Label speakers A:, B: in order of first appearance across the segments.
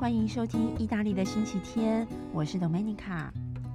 A: 欢迎收听意大利的星期天，我是 Domenica。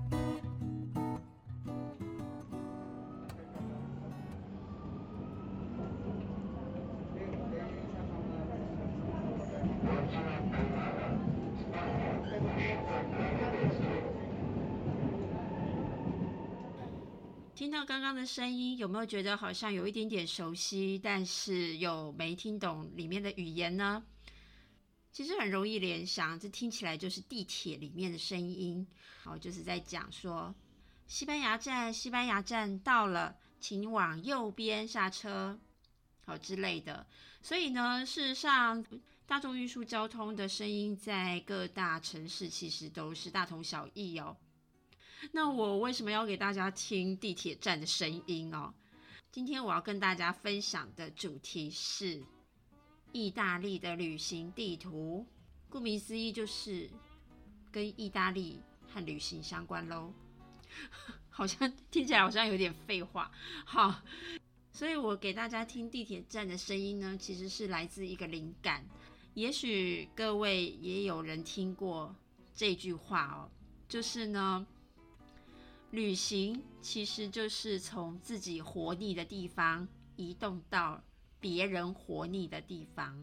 A: 听到刚刚的声音，有没有觉得好像有一点点熟悉，但是又没听懂里面的语言呢？其实很容易联想，这听起来就是地铁里面的声音，就是在讲说西班牙站到了，请往右边下车，之类的。所以呢，事实上大众运输交通的声音在各大城市其实都是大同小异哦。那我为什么要给大家听地铁站的声音哦？今天我要跟大家分享的主题是意大利的旅行地图，顾名思义就是跟意大利和旅行相关咯。好像听起来好像有点废话。好，所以我给大家听地铁站的声音呢，其实是来自一个灵感。也许各位也有人听过这句话哦，就是呢，旅行其实就是从自己活腻的地方移动到别人活腻的地方。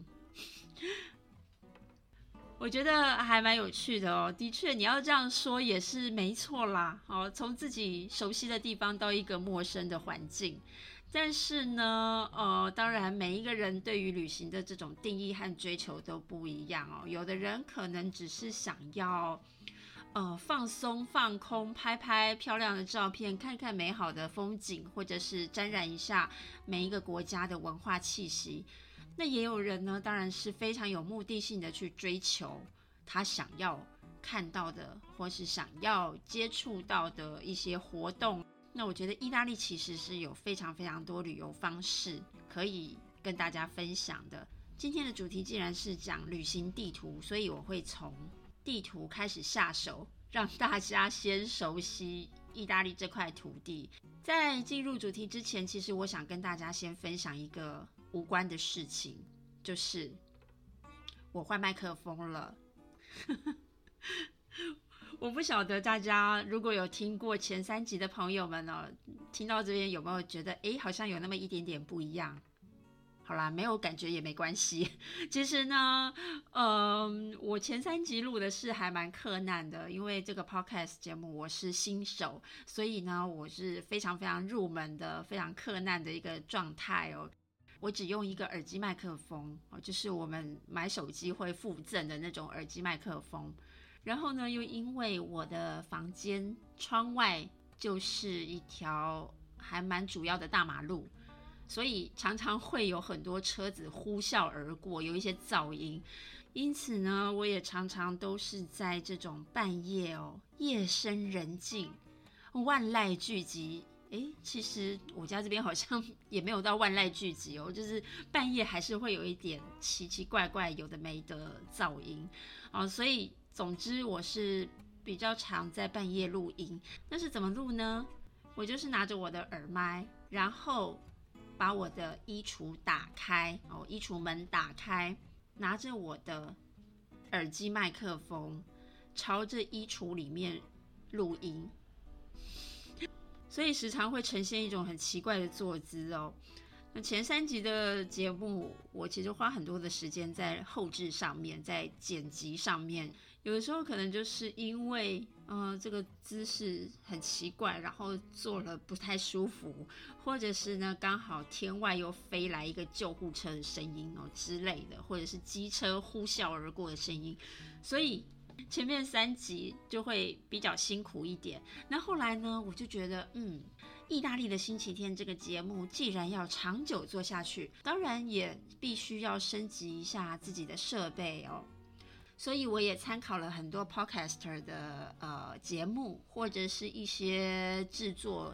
A: 我觉得还蛮有趣的哦。的确，你要这样说也是没错啦。从自己熟悉的地方到一个陌生的环境。但是呢，当然每一个人对于旅行的这种定义和追求都不一样哦。有的人可能只是想要放松放空，拍拍漂亮的照片，看看美好的风景，或者是沾染一下每一个国家的文化气息。那也有人呢，当然是非常有目的性的去追求他想要看到的，或是想要接触到的一些活动。那我觉得意大利其实是有非常非常多旅游方式可以跟大家分享的。今天的主题既然是讲旅行地图，所以我会从地图开始下手，让大家先熟悉意大利这块土地。在进入主题之前，其实我想跟大家先分享一个无关的事情，就是我换麦克风了。我不晓得大家如果有听过前3集的朋友们呢，听到这边有没有觉得好像有那么一点点不一样？好啦，没有感觉也没关系。其实呢，我前3集录的是还蛮克难的，因为这个 podcast 节目我是新手，所以呢，我是非常非常入门的、非常克难的一个状态哦。我只用一个耳机麦克风，就是我们买手机会附赠的那种耳机麦克风。然后呢，又因为我的房间窗外就是一条还蛮主要的大马路，所以常常会有很多车子呼啸而过，有一些噪音。因此呢，我也常常都是在这种半夜夜深人静、万籁俱寂。其实我家这边好像也没有到万籁俱寂哦，就是半夜还是会有一点奇奇怪怪有的没的噪音所以总之我是比较常在半夜录音。那是怎么录呢？我就是拿着我的耳麦，然后把我的衣橱打开，衣橱门打开，拿着我的耳机麦克风，朝着衣橱里面录音。所以时常会呈现一种很奇怪的坐姿哦。那前3集的节目，我其实花很多的时间在后制上面，在剪辑上面。有的时候可能就是因为这个姿势很奇怪，然后坐了不太舒服，或者是呢刚好天外又飞来一个救护车的声音之类的，或者是机车呼啸而过的声音，所以前面3集就会比较辛苦一点。那后来呢，我就觉得意大利的星期天这个节目既然要长久做下去，当然也必须要升级一下自己的设备哦。所以我也参考了很多 podcaster 的节目，或者是一些制作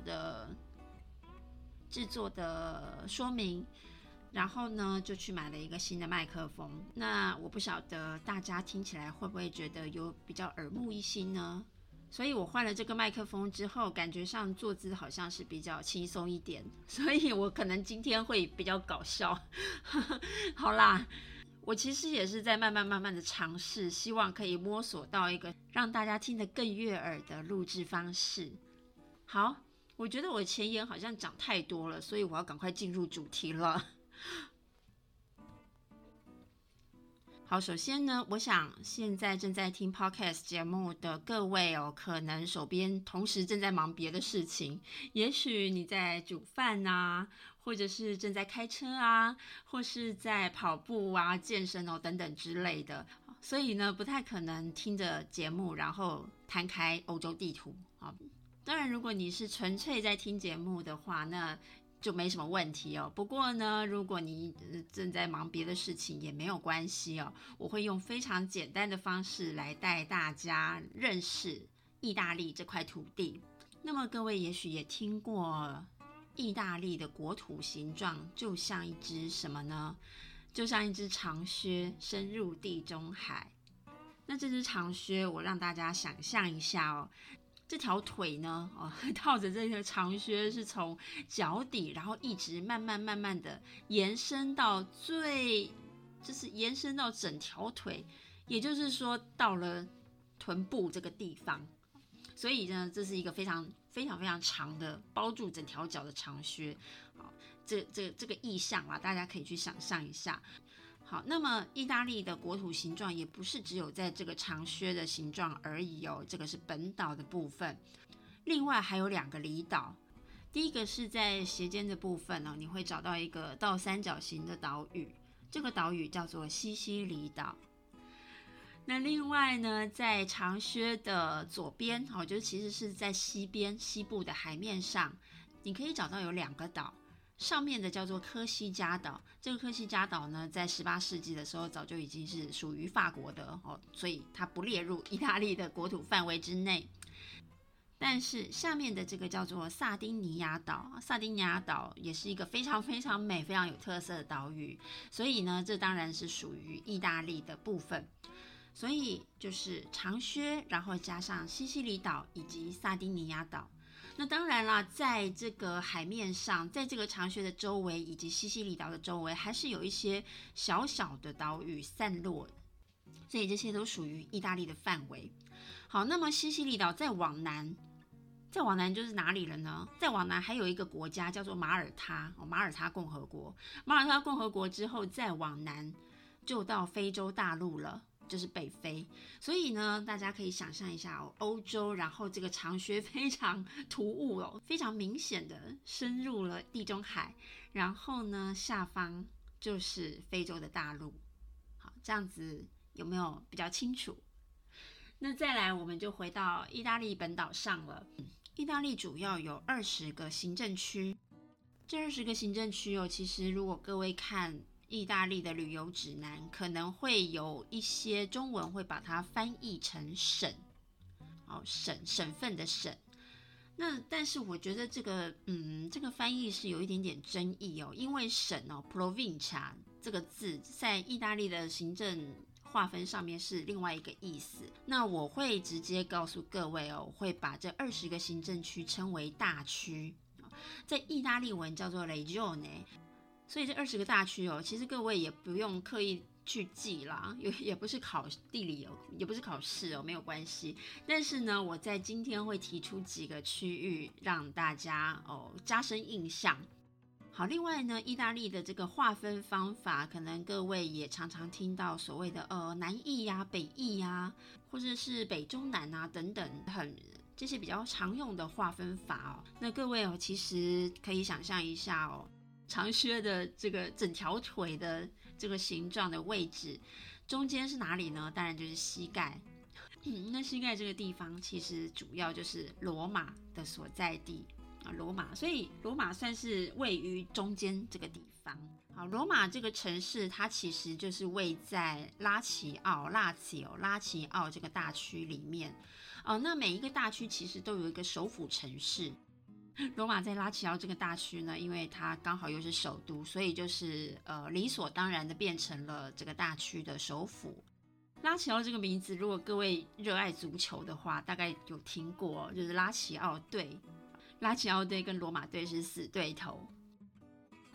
A: 的说明，然后呢就去买了一个新的麦克风。那我不晓得大家听起来会不会觉得有比较耳目一新呢？所以我换了这个麦克风之后，感觉上坐姿好像是比较轻松一点，所以我可能今天会比较搞笑。好啦， 我其实也是在慢慢的尝试，希望可以摸索到一个让大家听得更悦耳的录制方式。好，我觉得我前言好像讲太多了，所以我要赶快进入主题了。好，首先呢，我想现在正在听 podcast 节目的各位可能手边同时正在忙别的事情，也许你在煮饭啊，或者是正在开车啊，或是在跑步啊、健身等等之类的，所以呢，不太可能听着节目然后摊开欧洲地图啊。当然，如果你是纯粹在听节目的话，那就没什么问题哦。不过呢，如果你正在忙别的事情也没有关系哦。我会用非常简单的方式来带大家认识意大利这块土地。那么各位也许也听过，意大利的国土形状就像一只什么呢？就像一只长靴深入地中海。那这只长靴，我让大家想象一下哦。这条腿呢，套着这个长靴是从脚底，然后一直慢慢的延伸到就是延伸到整条腿，也就是说到了臀部这个地方。所以呢，这是一个非常长的包住整条脚的长靴。好，这个意象啊，大家可以去想象一下。好，那么意大利的国土形状也不是只有在这个长靴的形状而已哦，这个是本岛的部分，另外还有2个离岛。第一个是在斜尖的部分你会找到一个倒三角形的岛屿，这个岛屿叫做西西里岛。那另外呢，在长靴的左边就是其实是在西部的海面上，你可以找到有2个岛。上面的叫做科西嘉岛，这个科西嘉岛呢，在18世纪的时候早就已经是属于法国的所以它不列入意大利的国土范围之内。但是下面的这个叫做萨丁尼亚岛，萨丁尼亚岛也是一个非常美、非常有特色的岛屿，所以呢，这当然是属于意大利的部分。所以就是长靴，然后加上西西里岛以及萨丁尼亚岛。那当然啦，在这个海面上，在这个长靴的周围以及西西里岛的周围，还是有一些小小的岛屿散落，所以这些都属于意大利的范围。好，那么西西里岛再往南就是哪里了呢？再往南还有一个国家叫做马耳他共和国。马耳他共和国之后再往南就到非洲大陆了，就是北非。所以呢，大家可以想象一下欧洲，然后这个长靴非常突兀非常明显的深入了地中海，然后呢，下方就是非洲的大陆。好，这样子有没有比较清楚？那再来，我们就回到意大利本岛上了。意大利主要有20个行政区，这20个行政区其实如果各位看意大利的旅游指南，可能会有一些中文会把它翻译成省，省份的省。那但是我觉得这个翻译是有一点点争议因为省provincia 这个字在意大利的行政划分上面是另外一个意思。那我会直接告诉各位我会把这20个行政区称为大区，在意大利文叫做 regione。所以这20个大区其实各位也不用刻意去记啦，也不是考地理也不是考试没有关系。但是呢，我在今天会提出几个区域让大家加深印象。好，另外呢，意大利的这个划分方法，可能各位也常常听到所谓的南意啊、北意啊，或者是北中南啊等等，这些比较常用的划分法那各位其实可以想象一下长靴的这个整条腿的这个形状的位置，中间是哪里呢？当然就是膝盖。那膝盖这个地方其实主要就是罗马的所在地罗马，所以罗马算是位于中间这个地方。好，罗马这个城市它其实就是位在拉齐奥这个大区里面那每一个大区其实都有一个首府城市。罗马在拉齐奥这个大区呢，因为它刚好又是首都，所以就是理所当然的变成了这个大区的首府。拉齐奥这个名字，如果各位热爱足球的话，大概有听过就是拉齐奥队跟罗马队是死对头。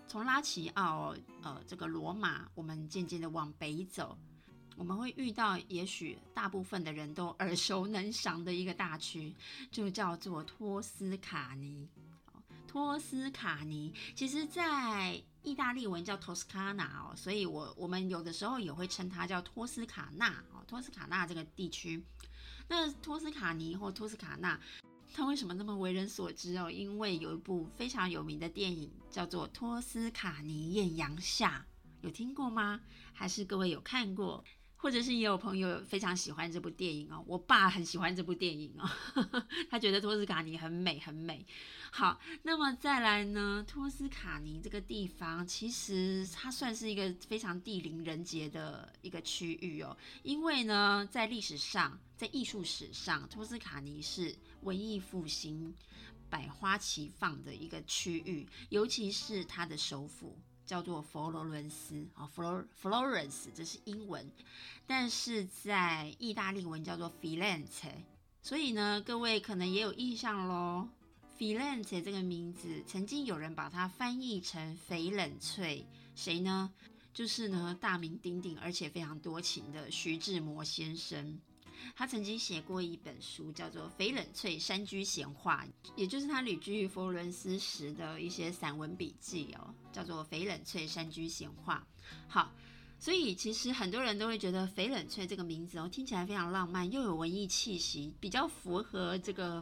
A: 从拉齐奥这个罗马，我们渐渐的往北走，我们会遇到也许大部分的人都耳熟能详的一个大区，就叫做托斯卡尼。托斯卡尼其实在意大利文叫 Toscana 所以我们有的时候也会称它叫托斯卡纳托斯卡纳这个地区。那托斯卡尼或托斯卡纳它为什么那么为人所知因为有一部非常有名的电影叫做《托斯卡尼艳阳下》，有听过吗？还是各位有看过？或者是也有朋友非常喜欢这部电影我爸很喜欢这部电影他觉得托斯卡尼很美很美。好，那么再来呢，托斯卡尼这个地方其实它算是一个非常地灵人杰的一个区域因为呢在历史上在艺术史上，托斯卡尼是文艺复兴百花齐放的一个区域，尤其是它的首府叫做佛罗伦斯Florence 这是英文，但是在意大利文叫做 Firenze， 所以呢各位可能也有印象咯， Firenze 这个名字曾经有人把它翻译成翡冷翠，谁呢？就是呢大名鼎鼎而且非常多情的徐志摩先生，他曾经写过一本书叫做《翡冷翠山居闲话》，也就是他旅居于佛罗伦斯时的一些散文笔记叫做《翡冷翠山居闲话》。好，所以其实很多人都会觉得翡冷翠这个名字听起来非常浪漫，又有文艺气息，比较符合这个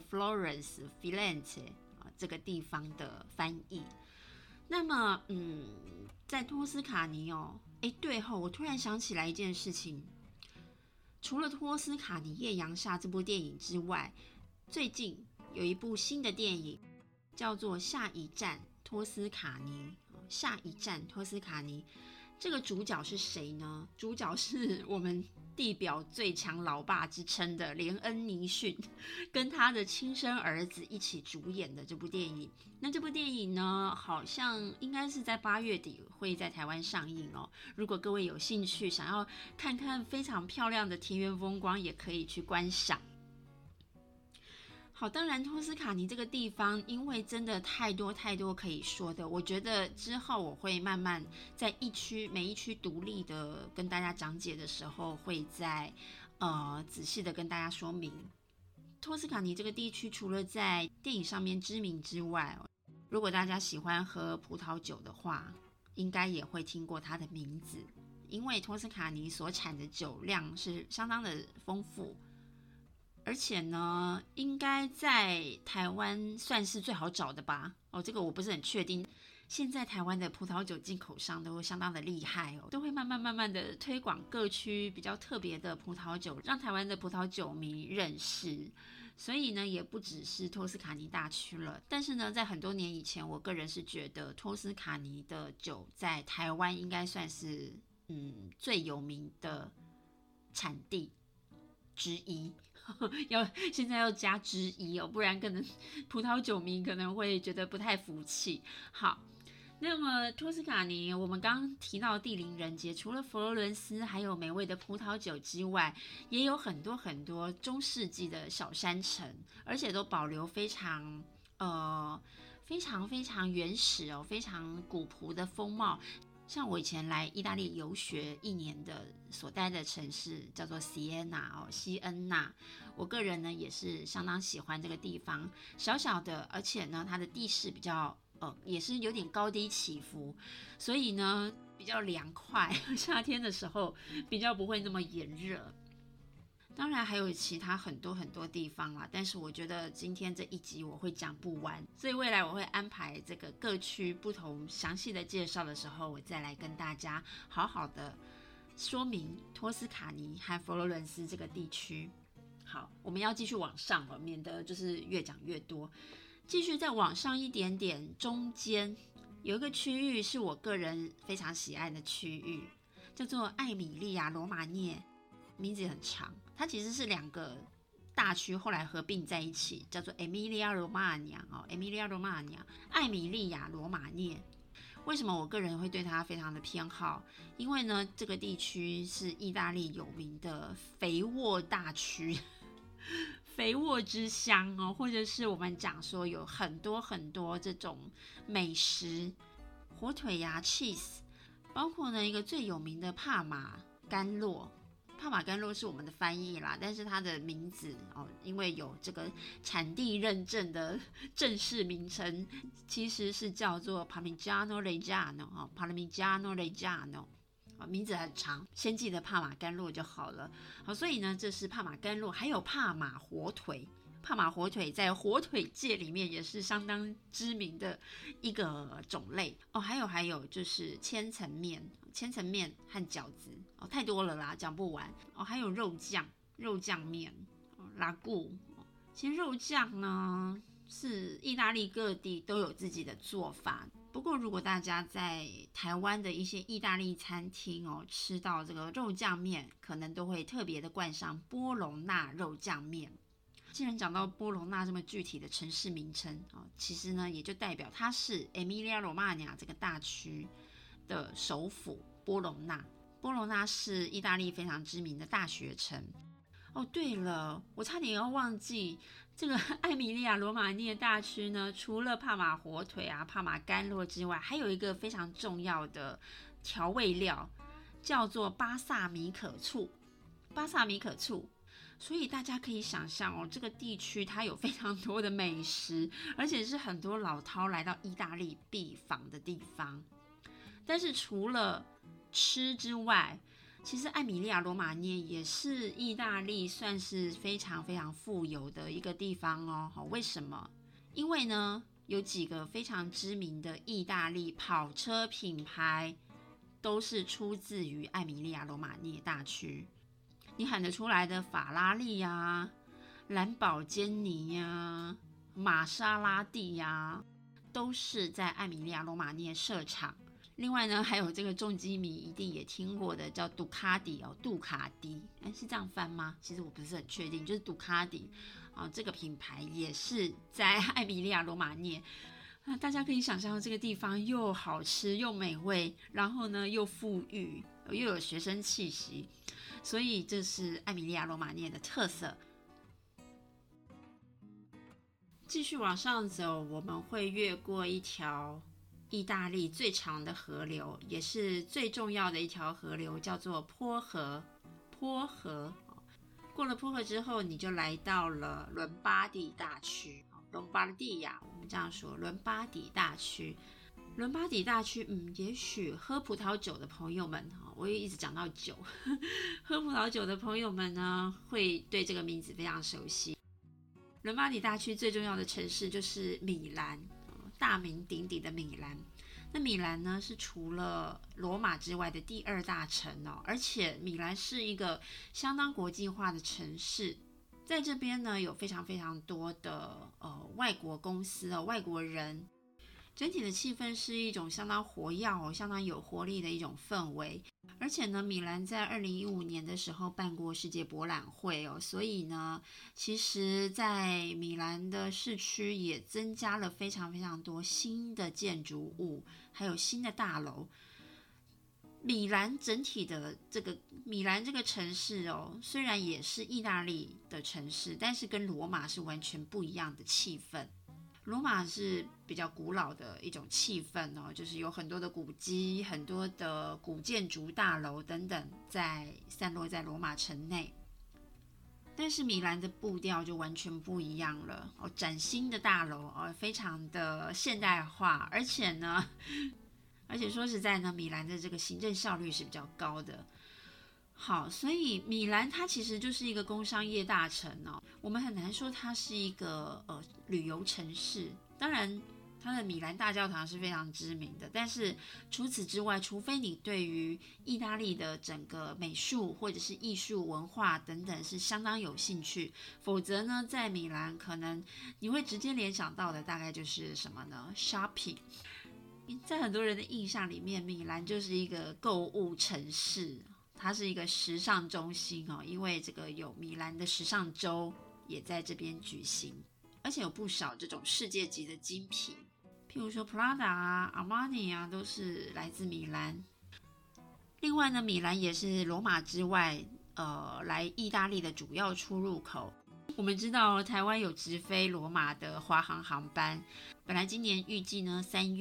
A: Firenze 这个地方的翻译。那么在托斯卡尼对我突然想起来一件事情，除了托斯卡尼艳阳下这部电影之外，最近有一部新的电影叫做下一站托斯卡尼。下一站托斯卡尼这个主角是谁呢？主角是我们地表最强老爸之称的连恩尼逊，跟他的亲生儿子一起主演的这部电影。那这部电影呢，好像应该是在8月底会在台湾上映如果各位有兴趣想要看看非常漂亮的田园风光，也可以去观赏。好，当然托斯卡尼这个地方因为真的太多太多可以说的，我觉得之后我会慢慢在每一区独立的跟大家讲解的时候，会再仔细的跟大家说明。托斯卡尼这个地区除了在电影上面知名之外，如果大家喜欢喝葡萄酒的话，应该也会听过它的名字，因为托斯卡尼所产的酒量是相当的丰富，而且呢应该在台湾算是最好找的吧这个我不是很确定。现在台湾的葡萄酒进口商都相当的厉害都会慢慢的推广各区比较特别的葡萄酒，让台湾的葡萄酒迷认识。所以呢也不只是托斯卡尼大区了，但是呢在很多年以前，我个人是觉得托斯卡尼的酒在台湾应该算是最有名的产地之一现在要加之一不然可能葡萄酒迷可能会觉得不太服气。好，那么托斯卡尼我们刚刚提到地灵人杰，除了佛罗伦斯还有美味的葡萄酒之外，也有很多很多中世纪的小山城，而且都保留非常非常原始非常古朴的风貌。像我以前来意大利游学1年的所待的城市叫做西恩纳，我个人呢也是相当喜欢这个地方，小小的，而且呢它的地势比较也是有点高低起伏，所以呢比较凉快，夏天的时候比较不会那么炎热。当然还有其他很多很多地方啦，但是我觉得今天这一集我会讲不完，所以未来我会安排这个各区不同详细的介绍的时候，我再来跟大家好好的说明托斯卡尼和佛罗伦斯这个地区。好，我们要继续往上了，免得就是越讲越多。继续再往上一点点，中间有一个区域是我个人非常喜爱的区域，叫做艾米利亚罗马涅，名字很长，它其实是2个大区后来合并在一起，叫做 Emilia Romagna Emilia Romagna 艾米利亚罗马涅。为什么我个人会对它非常的偏好？因为呢这个地区是意大利有名的肥沃大区肥沃之乡或者是我们讲说有很多很多这种美食火腿呀、cheese， 包括呢一个最有名的帕玛干酪。帕玛干酪是我们的翻译啦，但是它的名字因为有这个产地认证的正式名称，其实是叫做 Parmigiano Reggiano。Parmigiano Reggiano， 名字很长，先记得帕玛干酪就好了。好，所以呢，这是帕玛干酪，还有帕玛火腿。帕玛火腿在火腿界里面也是相当知名的一个种类哦。还有就是千层面和饺子哦，太多了啦，讲不完哦。还有肉酱面拉固。其实肉酱呢是意大利各地都有自己的做法。不过如果大家在台湾的一些意大利餐厅吃到这个肉酱面，可能都会特别的冠上波隆纳肉酱面。既然讲到波隆纳这么具体的城市名称其实呢也就代表它是 Emilia-Romagna 这个大区的首府波隆纳。波隆纳是意大利非常知名的大学城。对了，我差点要忘记，这个艾米利亚罗马涅大区呢，除了帕玛火腿帕玛干酪之外，还有一个非常重要的调味料，叫做巴萨米可醋。所以大家可以想象这个地区它有非常多的美食，而且是很多老饕来到意大利必访的地方。但是除了吃之外，其实艾米利亚罗马涅也是意大利算是非常非常富有的一个地方为什么？因为呢有几个非常知名的意大利跑车品牌都是出自于艾米利亚罗马涅大区。你喊得出来的法拉利呀、兰博基尼呀、玛莎拉蒂呀，都是在艾米利亚罗马涅设厂。另外呢，还有这个重机迷一定也听过的叫杜卡迪杜卡迪，是这样翻吗？其实我不是很确定，就是杜卡迪这个品牌也是在艾米利亚罗马涅。大家可以想象这个地方又好吃又美味，然后呢又富裕，又有学生气息，所以这是艾米利亚罗马涅的特色。继续往上走，我们会越过一条意大利最长的河流，也是最重要的一条河流，叫做坡河。过了坡河之后，你就来到了伦巴第大区。伦巴第亚，我们这样说，伦巴第大区。伦巴第大区，也许喝葡萄酒的朋友们，我也一直讲到酒，喝葡萄酒的朋友们呢，会对这个名字非常熟悉。伦巴第大区最重要的城市就是米兰，大名鼎鼎的米兰。那米兰呢，是除了罗马之外的第二大城而且米兰是一个相当国际化的城市。在这边呢，有非常非常多的外国公司外国人，整体的气氛是一种相当活跃相当有活力的一种氛围。而且呢，米兰在2015年的时候办过世界博览会所以呢，其实在米兰的市区也增加了非常非常多新的建筑物，还有新的大楼。米兰整体的米兰这个城市虽然也是意大利的城市，但是跟罗马是完全不一样的气氛。罗马是比较古老的一种气氛就是有很多的古迹，很多的古建筑大楼等等散落在罗马城内。但是米兰的步调就完全不一样了崭新的大楼非常的现代化，而且说实在呢，米兰的这个行政效率是比较高的。好，所以米兰它其实就是一个工商业大城我们很难说它是一个旅游城市。当然它的米兰大教堂是非常知名的，但是除此之外，除非你对于意大利的整个美术或者是艺术文化等等是相当有兴趣，否则呢，在米兰可能你会直接联想到的大概就是什么呢？ shopping。在很多人的印象里面，米兰就是一个购物城市，它是一个时尚中心因为这个有米兰的时尚周也在这边举行，而且有不少这种世界级的精品，譬如说 Prada Armani 都是来自米兰。另外呢，米兰也是罗马之外来意大利的主要出入口。我们知道台湾有直飞罗马的华航航班，本来今年预计呢3月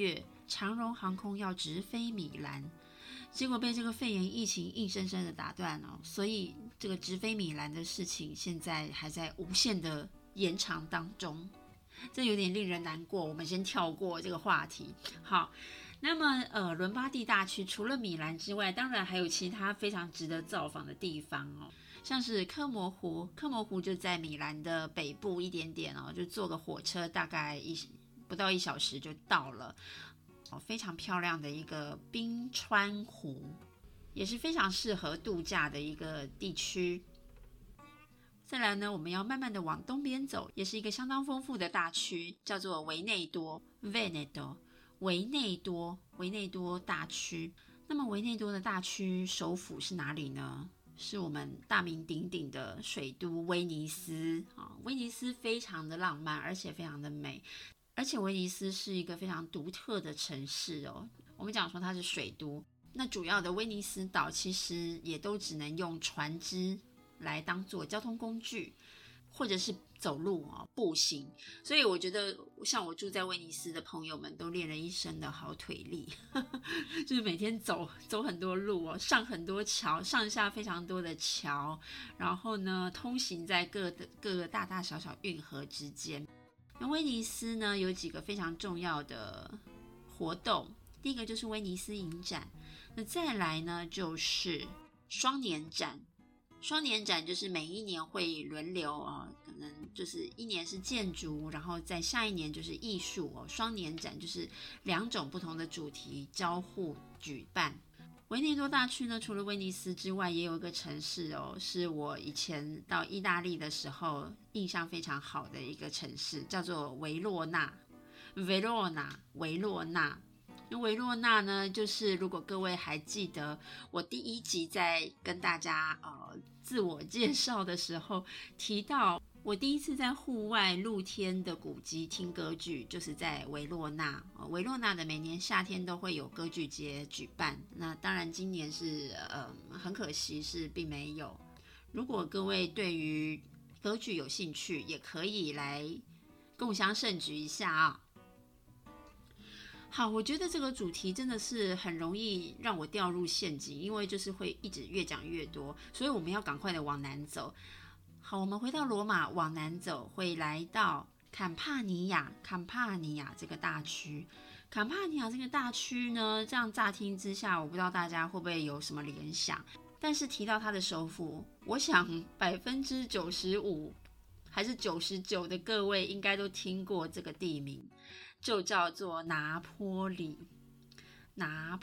A: 长荣航空要直飞米兰，结果被这个肺炎疫情硬生生的打断哦，所以这个直飞米兰的事情现在还在无限的延长当中，这有点令人难过。我们先跳过这个话题。好，那么伦巴第大区除了米兰之外，当然还有其他非常值得造访的地方哦，像是科摩湖，科摩湖就在米兰的北部一点点哦，就坐个火车大概不到1小时就到了。非常漂亮的一个冰川湖，也是非常适合度假的一个地区。再来呢，我们要慢慢的往东边走，也是一个相当丰富的大区，叫做维内多 Veneto， 维内多大区。那么维内多的大区首府是哪里呢？是我们大名鼎鼎的水都威尼斯。威尼斯非常的浪漫，而且非常的美。而且威尼斯是一个非常独特的城市哦。我们讲说它是水都，那主要的威尼斯岛其实也都只能用船只来当做交通工具，或者是走路步行。所以我觉得像我住在威尼斯的朋友们都练了一身的好腿力就是每天走很多路上很多桥，上下非常多的桥，然后呢通行在各个大大小小运河之间。那威尼斯呢有几个非常重要的活动，第一个就是威尼斯影展，那再来呢就是双年展。双年展就是每一年会轮流可能就是一年是建筑，然后在下一年就是艺术双年展就是2种不同的主题交互举办。维内多大区呢，除了威尼斯之外，也有一个城市是我以前到意大利的时候印象非常好的一个城市，叫做维洛纳。维洛纳呢，就是如果各位还记得我第1集在跟大家自我介绍的时候提到，我第一次在户外露天的古迹听歌剧就是在维洛纳。维洛纳的每年夏天都会有歌剧节举办，那当然今年是很可惜是并没有。如果各位对于歌剧有兴趣，也可以来共襄盛举一下好，我觉得这个主题真的是很容易让我掉入陷阱，因为就是会一直越讲越多，所以我们要赶快的往南走。好，我们回到罗马往南走，会来到坎帕尼亚这个大区。坎帕尼亚这个大区呢，这样乍听之下，我不知道大家会不会有什么联想，但是提到它的首府，我想95%还是99%的各位应该都听过这个地名，就叫做拿坡里。那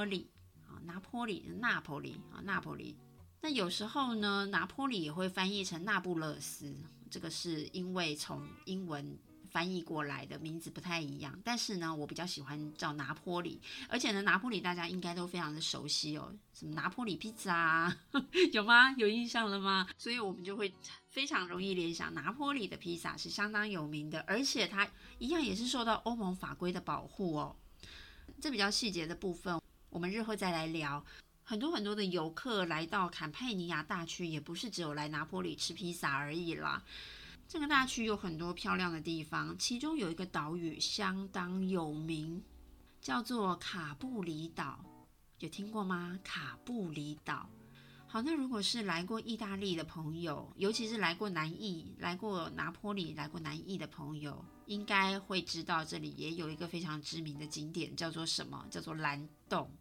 A: 有时候呢，拿坡里也会翻译成那不勒斯，这个是因为从英文翻译过来的，名字不太一样。但是呢，我比较喜欢叫拿坡里，而且呢，拿坡里大家应该都非常的熟悉什么拿坡里披萨有吗？有印象了吗？所以我们就会非常容易联想，拿坡里的披萨是相当有名的，而且它一样也是受到欧盟法规的保护这比较细节的部分，我们日后再来聊。很多的游客来到坎帕尼亚大区，也不是只有来拿坡里吃披萨而已啦。这个大区有很多漂亮的地方，其中有一个岛屿相当有名，叫做卡布里岛，有听过吗？卡布里岛。好，那如果是来过意大利的朋友，尤其是来过南意、来过拿坡里、来过南意的朋友，应该会知道这里也有一个非常知名的景点，叫做什么？叫做蓝洞。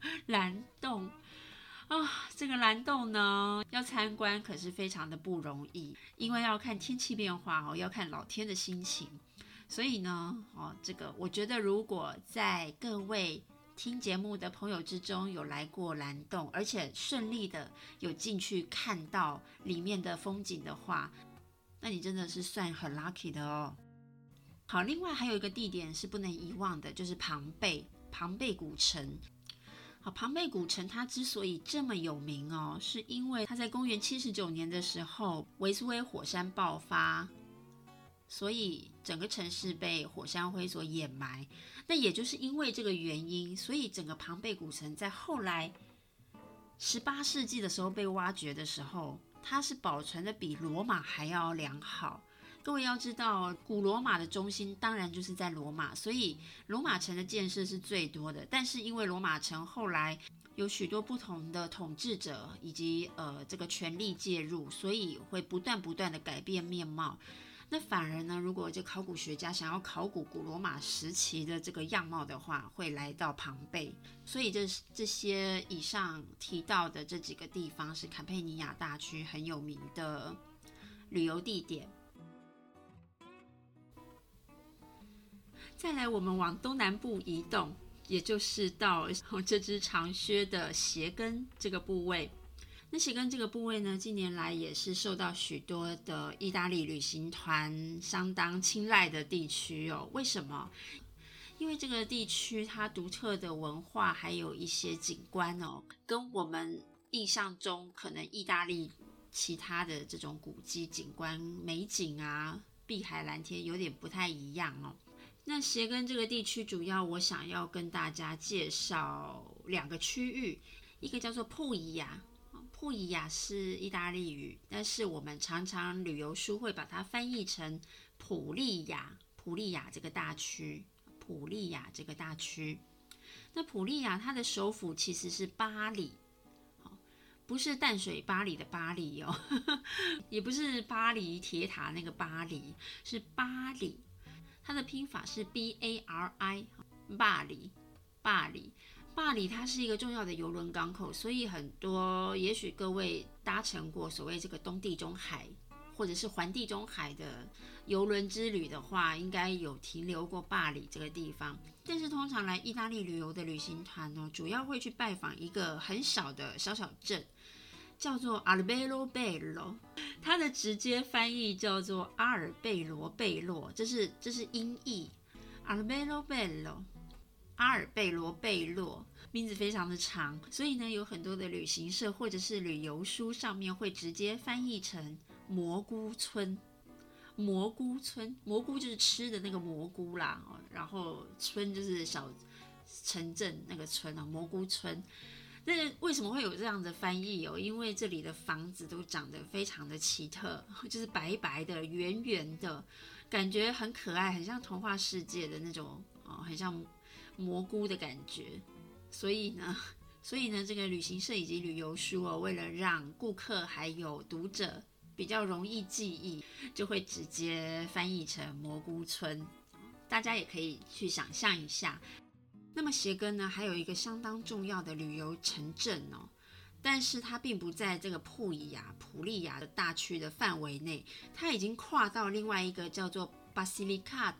A: 这个蓝洞呢，要参观可是非常的不容易，因为要看天气变化要看老天的心情。所以呢，这个我觉得如果在各位听节目的朋友之中有来过蓝洞，而且顺利的有进去看到里面的风景的话，那你真的是算很 lucky 的好，另外还有一个地点是不能遗忘的，就是庞贝古城。好，庞贝古城它之所以这么有名是因为它在公元79年的时候，维苏威火山爆发，所以整个城市被火山灰所掩埋。那也就是因为这个原因，所以整个庞贝古城在后来18世纪的时候被挖掘的时候，它是保存的比罗马还要良好。 各位要知道，古罗马的中心当然就是在罗马，所以罗马城的建设是最多的。但是因为罗马城后来有许多不同的统治者以及这个权力介入，所以会不断的改变面貌。那反而呢，如果这考古学家想要考古古罗马时期的这个样貌的话，会来到庞贝。所以这些以上提到的这几个地方是坎佩尼亚大区很有名的旅游地点。再来，我们往东南部移动，也就是到这只长靴的鞋跟这个部位。那鞋跟这个部位呢，近年来也是受到许多的意大利旅行团相当青睐的地区哦。为什么？因为这个地区它独特的文化还有一些景观哦，跟我们印象中可能意大利其他的这种古迹景观美景啊、碧海蓝天有点不太一样哦。那鞋跟这个地区主要我想要跟大家介绍2个区域，一个叫做普伊亚。普伊亚是意大利语，但是我们常常旅游书会把它翻译成普利亚。普利亚这个大区，普利亚这个大区。那普利亚它的首府其实是巴黎，不是淡水巴黎的巴黎哦，也不是巴黎铁塔那个巴黎，是巴黎。它的拼法是 BARI， 巴黎，巴黎。巴黎它是一个重要的邮轮港口，所以很多也许各位搭乘过所谓这个东地中海或者是环地中海的邮轮之旅的话，应该有停留过巴黎这个地方。但是通常来意大利旅游的旅行团呢，主要会去拜访一个很小的小镇，叫做 Albero Bello， 它的直接翻译叫做阿尔贝罗贝洛，这是音译 Albero Bello。阿尔贝罗贝洛名字非常的长，所以呢，有很多的旅行社或者是旅游书上面会直接翻译成蘑菇村。蘑菇村，蘑菇就是吃的那个蘑菇啦，然后村就是小城镇那个村啊，蘑菇村。那为什么会有这样的翻译哦？因为这里的房子都长得非常的奇特，就是白白的、圆圆的，感觉很可爱，很像童话世界的那种，很像蘑菇的感觉。所以呢，这个旅行社以及旅游书为了让顾客还有读者比较容易记忆，就会直接翻译成蘑菇村。大家也可以去想象一下。那么鞋跟呢，还有一个相当重要的旅游城镇但是它并不在这个普利亚的大区的范围内，它已经跨到另外一个叫做巴西利卡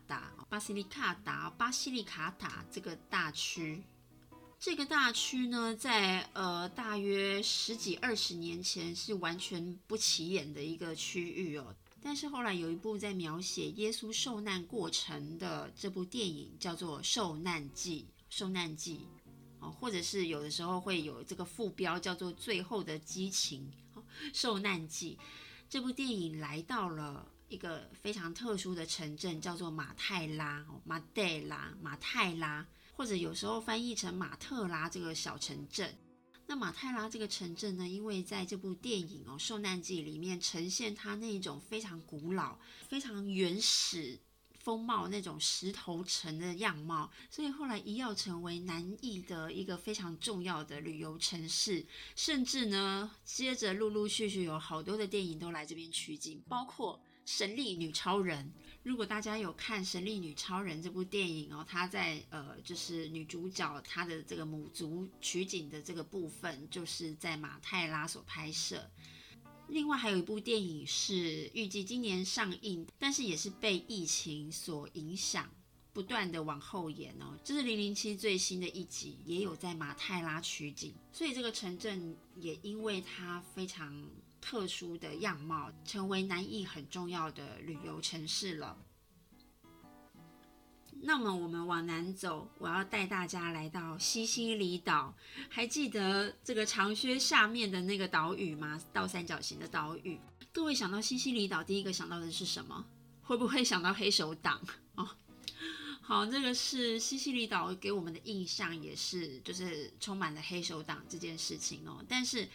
A: 塔这个大区。这个大区呢，在大约10几20年前是完全不起眼的一个区域但是后来有一部在描写耶稣受难过程的这部电影叫做《受难记》，或者是有的时候会有这个副标叫做《最后的激情》，受难记。这部电影来到了一个非常特殊的城镇，叫做马泰拉，或者有时候翻译成马特拉这个小城镇。那马泰拉这个城镇呢，因为在这部电影《受难记》里面呈现它那种非常古老、非常原始风貌那种石头城的样貌，所以后来一跃成为南艺的一个非常重要的旅游城市。甚至呢，接着陆陆续续有好多的电影都来这边取景，包括神力女超人。如果大家有看神力女超人这部电影她在就是女主角她的这个母族取景的这个部分，就是在马泰拉所拍摄。另外还有一部电影是预计今年上映，但是也是被疫情所影响，不断的往后延这是007最新的一集，也有在马泰拉取景。所以这个城镇也因为它非常特殊的样貌，成为南艺很重要的旅游城市了。那么我们往南走，我要带大家来到西西里岛。还记得这个长靴下面的那个岛屿吗？倒三角形的岛屿。各位想到西西里岛，第一个想到的是什么？会不会想到黑手党好，这个是西西里岛给我们的印象，也是就是充满了黑手党这件事情但是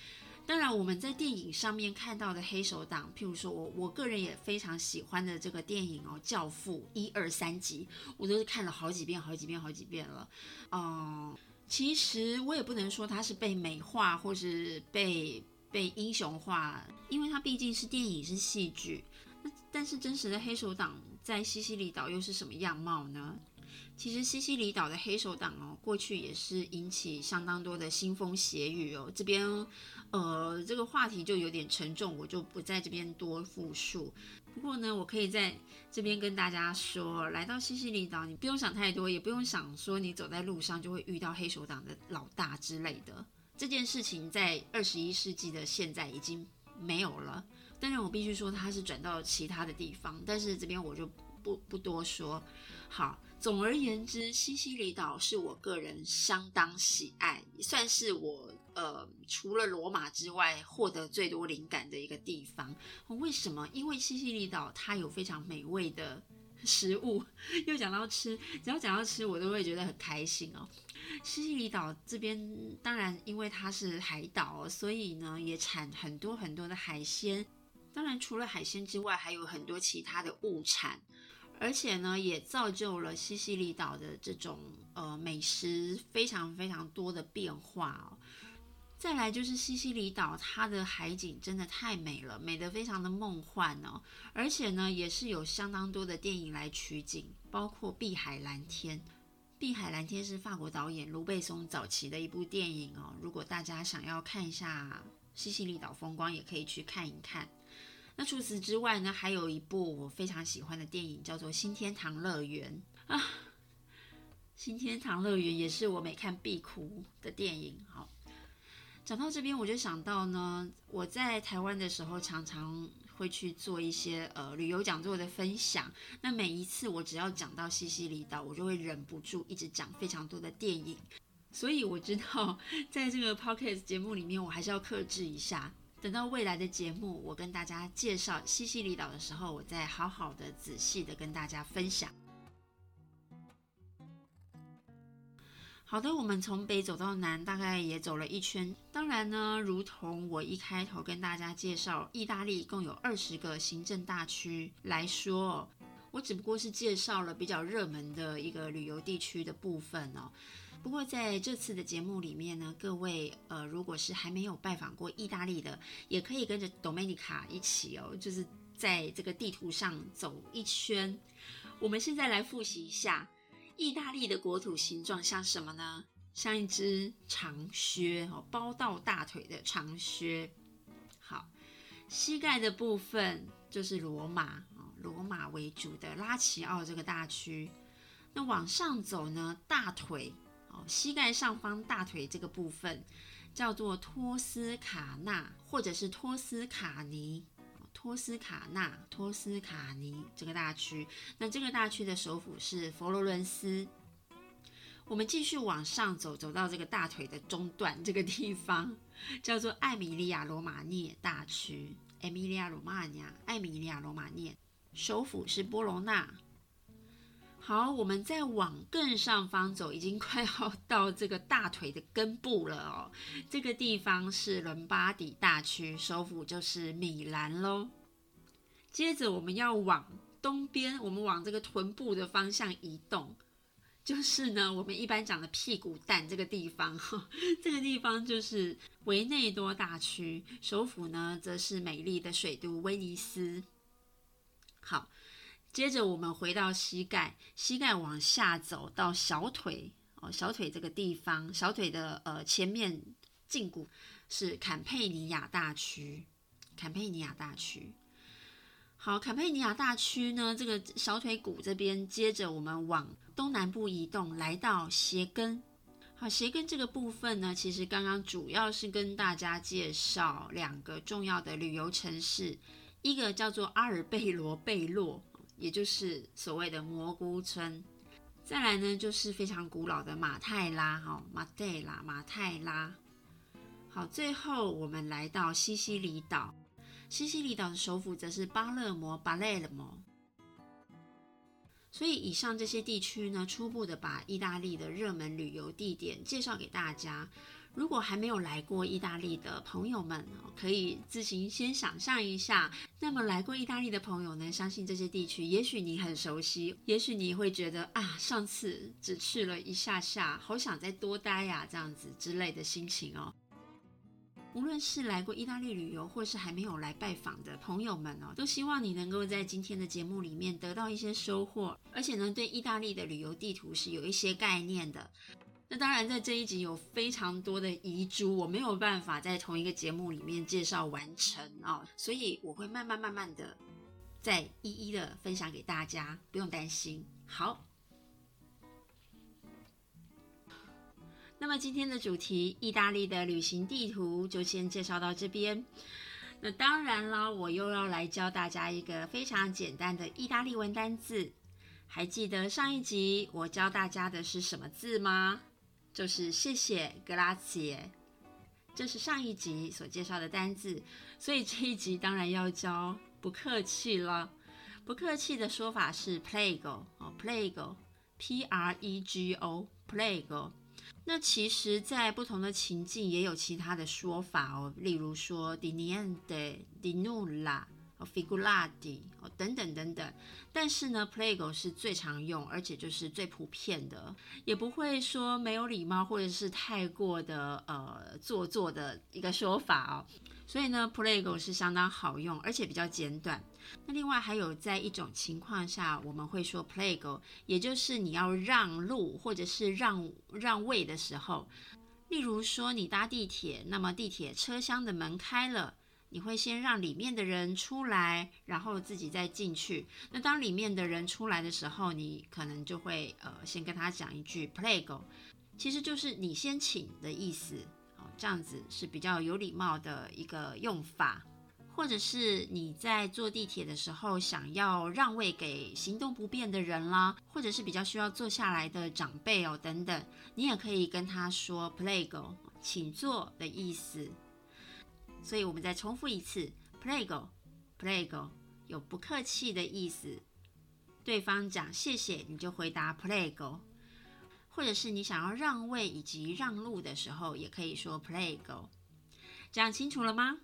A: 当然，我们在电影上面看到的黑手党，譬如说我个人也非常喜欢的这个电影哦，《教父》1、2、3集，我都是看了好几遍了。其实我也不能说它是被美化或是被英雄化，因为它毕竟是电影是戏剧。但是真实的黑手党在西西里岛又是什么样貌呢？其实西西里岛的黑手党哦，过去也是引起相当多的腥风血雨哦。这边这个话题就有点沉重，我就不在这边多复述。不过呢，我可以在这边跟大家说，来到西西里岛，你不用想太多，也不用想说你走在路上就会遇到黑手党的老大之类的。这件事情在21世纪的现在已经没有了。当然，我必须说它是转到其他的地方，但是这边我就不多说。好，总而言之，西西里岛是我个人相当喜爱，算是我除了罗马之外获得最多灵感的一个地方。为什么？因为西西里岛它有非常美味的食物。又讲到吃，只要讲到吃，我都会觉得很开心哦。西西里岛这边当然因为它是海岛，所以呢也产很多的海鲜。当然除了海鲜之外，还有很多其他的物产。而且呢，也造就了西西里岛的这种美食非常多的变化哦。再来就是西西里岛，它的海景真的太美了，美得非常的梦幻哦。而且呢，也是有相当多的电影来取景，包括《碧海蓝天》。《碧海蓝天》是法国导演卢贝松早期的一部电影哦。如果大家想要看一下西西里岛风光，也可以去看一看。那除此之外呢，还有一部我非常喜欢的电影，叫做《新天堂乐园》啊。新天堂乐园也是我每看必哭的电影。好，讲到这边我就想到呢，我在台湾的时候常常会去做一些旅游讲座的分享。那每一次我只要讲到西西里岛，我就会忍不住一直讲非常多的电影。所以我知道在这个 podcast 节目里面，我还是要克制一下。等到未来的节目，我跟大家介绍西西里岛的时候，我再好好的仔细的跟大家分享。好的，我们从北走到南，大概也走了一圈。当然呢，如同我一开头跟大家介绍，意大利共有20个行政大区来说，我只不过是介绍了比较热门的一个旅游地区的部分哦。不过在这次的节目里面呢，各位如果是还没有拜访过意大利的，也可以跟着 Domenica 一起哦，就是在这个地图上走一圈。我们现在来复习一下，意大利的国土形状像什么呢？像一只长靴哦，包到大腿的长靴。好，膝盖的部分就是罗马罗马为主的拉齐奥这个大区。那往上走呢，大腿膝盖上方大腿这个部分叫做托斯卡纳或者是托斯卡尼这个大区。那这个大区的首府是佛罗伦斯。我们继续往上走，走到这个大腿的中段这个地方叫做艾米利亚罗马涅大区。艾米利亚罗马涅，首府是波隆纳。好，我们再往更上方走，已经快要到这个大腿的根部了哦。这个地方是伦巴底大区，首府就是米兰咯。接着我们要往东边，我们往这个臀部的方向移动，就是呢我们一般讲的屁股蛋这个地方。这个地方就是维内多大区，首府呢则是美丽的水都威尼斯。好，接着我们回到膝盖往下走到小腿小腿这个地方，小腿的前面胫骨是坎佩尼亚大区。好，坎佩尼亚大区呢，这个小腿骨这边，接着我们往东南部移动，来到鞋跟。好，鞋跟这个部分呢，其实刚刚主要是跟大家介绍2个重要的旅游城市，一个叫做阿尔贝罗贝洛，也就是所谓的蘑菇村。再来呢，就是非常古老的马泰拉，马泰拉。好，最后我们来到西西里岛。西西里岛的首府则是巴勒摩。所以以上这些地区呢，初步的把意大利的热门旅游地点介绍给大家。 如果还没有来过意大利的朋友们，可以自行先想象一下。那么来过意大利的朋友呢，相信这些地区也许你很熟悉，也许你会觉得啊，上次只去了一下下，好想再多待呀，这样子之类的心情哦。无论是来过意大利旅游，或是还没有来拜访的朋友们都希望你能够在今天的节目里面得到一些收获，而且呢，对意大利的旅游地图是有一些概念的。那当然在这一集有非常多的遗珠，我没有办法在同一个节目里面介绍完成所以我会慢慢的再一一的分享给大家，不用担心。好，那么今天的主题意大利的旅行地图就先介绍到这边。那当然了，我又要来教大家一个非常简单的意大利文单字。还记得上一集我教大家的是什么字吗？就是谢谢 grazie， 这是上一集所介绍的单字，所以这一集当然要教不客气了。不客气的说法是 prego prego P-R-E-G-O prego。那其实在不同的情境也有其他的说法例如说 di niente di nulla、figurati 等等等等，但是呢 prego 是最常用，而且就是最普遍的，也不会说没有礼貌或者是太过的做作的一个说法所以呢 prego 是相当好用，而且比较简短。那另外还有在一种情况下我们会说 prego， 也就是你要让路或者是让位的时候，例如说你搭地铁，那么地铁车厢的门开了，你会先让里面的人出来，然后自己再进去。那当里面的人出来的时候，你可能就会先跟他讲一句 prego， 其实就是你先请的意思这样子是比较有礼貌的一个用法。或者是你在坐地铁的时候想要让位给行动不便的人啦，或者是比较需要坐下来的长辈等等，你也可以跟他说 prego， 请坐的意思。所以我们再重复一次 prego prego 有不客气的意思，对方讲谢谢你就回答 prego， 或者是你想要让位以及让路的时候也可以说 prego。 这样清楚了吗？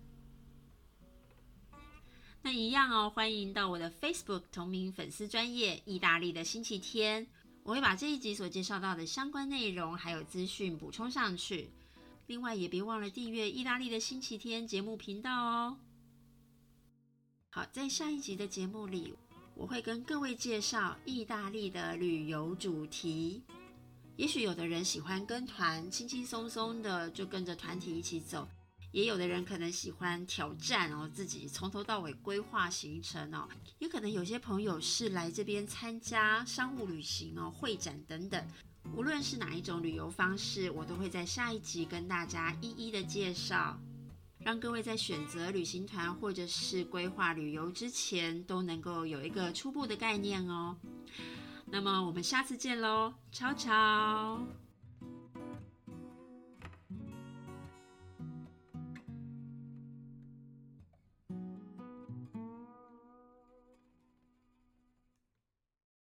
A: 那一样欢迎到我的 Facebook 同名粉丝专页意大利的星期天，我会把这一集所介绍到的相关内容还有资讯补充上去。另外也别忘了订阅意大利的星期天节目频道好，在下一集的节目里，我会跟各位介绍意大利的旅游主题。也许有的人喜欢跟团，轻轻松松的就跟着团体一起走，也有的人可能喜欢挑战自己从头到尾规划行程也可能有些朋友是来这边参加商务旅行会展等等。无论是哪一种旅游方式，我都会在下一集跟大家一一的介绍，让各位在选择旅行团或者是规划旅游之前都能够有一个初步的概念那么我们下次见咯，Ciao ciao。